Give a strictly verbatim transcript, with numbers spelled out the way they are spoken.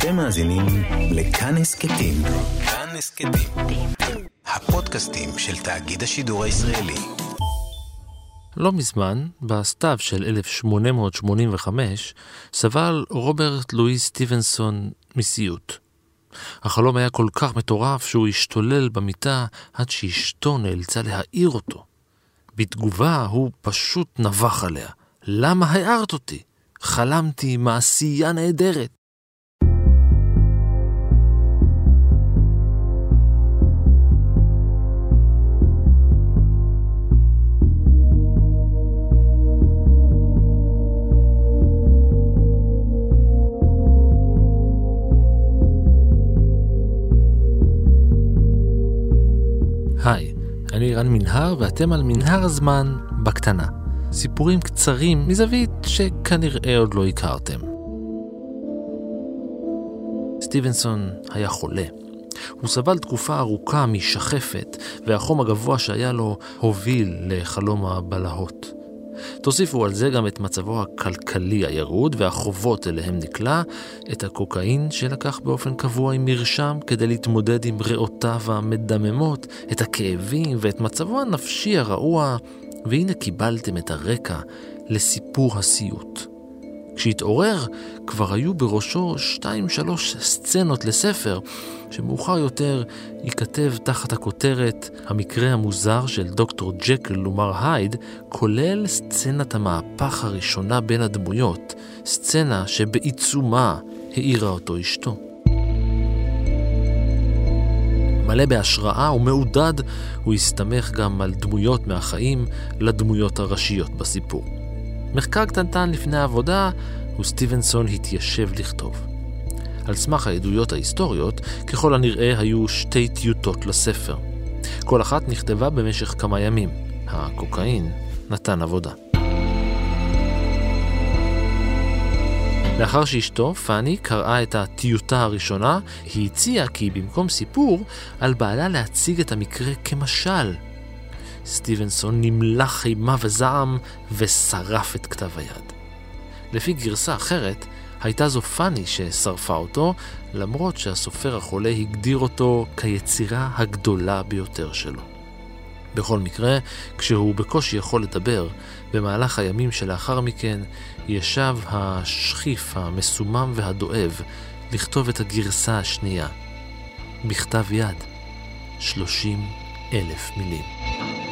אתם מאזינים לכאן הסכתים. כאן הסכתים. הפודקאסטים של תאגיד השידור הישראלי. לא מזמן, בסתיו של אלף שמונה מאות שמונים וחמש, סבל רוברט לואיס סטיבנסון מסיוט. החלום היה כל כך מטורף שהוא השתולל במיטה עד שאשתו נאלצה להעיר אותו. בתגובה הוא פשוט נבח עליה. למה הערת אותי? חלמתי מעשייה נהדרת. היי, אני רן מנהר ואתם על מנהר הזמן בקטנה. סיפורים קצרים מזווית שכנראה עוד לא הכרתם. סטיבנסון היה חולה. הוא סבל תקופה ארוכה משחפת, והחום הגבוה שהיה לו הוביל לחלום הבלהות. תוסיפו על זה גם את מצבו הכלכלי הירוד והחובות אליהם נקלע, את הקוקאין שלקח באופן קבוע עם מרשם כדי להתמודד עם ריאותיו המדממות, את הכאבים ואת מצבו הנפשי הרעוע, והנה קיבלתם את הרקע לסיפור הסיוט. כשהתעורר כבר היו בראשו שתיים שלוש סצנות לספר, שמאוחר יותר ייכתב תחת הכותרת המקרה המוזר של דוקטור ג'קל ומר הייד, כולל סצנת המהפך הראשונה בין הדמויות, סצנה שבעיצומה העירה אותו אשתו. מלא בהשראה ומעודד, הוא הסתמך גם על דמויות מהחיים לדמויות הראשיות בסיפור. מחקר קטנטן לפני העבודה, וסטיבנסון התיישב לכתוב. על סמך העדויות ההיסטוריות, ככל הנראה היו שתי טיוטות לספר. כל אחת נכתבה במשך כמה ימים. הקוקאין נתן עבודה. לאחר שאשתו, פאני, קראה את הטיוטה הראשונה, היא הציעה כי במקום סיפור, על בעלה להציג את המקרה כמשל. סטיבנסון נמלח אימה וזעם ושרף את כתב היד. לפי גרסה אחרת, הייתה זו פאני ששרפה אותו, למרות שהסופר החולה הגדיר אותו כיצירה הגדולה ביותר שלו. בכל מקרה, כשהוא בקושי יכול לדבר, במהלך הימים שלאחר מכן, ישב השכיף המסומם והדואב לכתוב את הגרסה השנייה. בכתב יד, שלושים אלף מילים.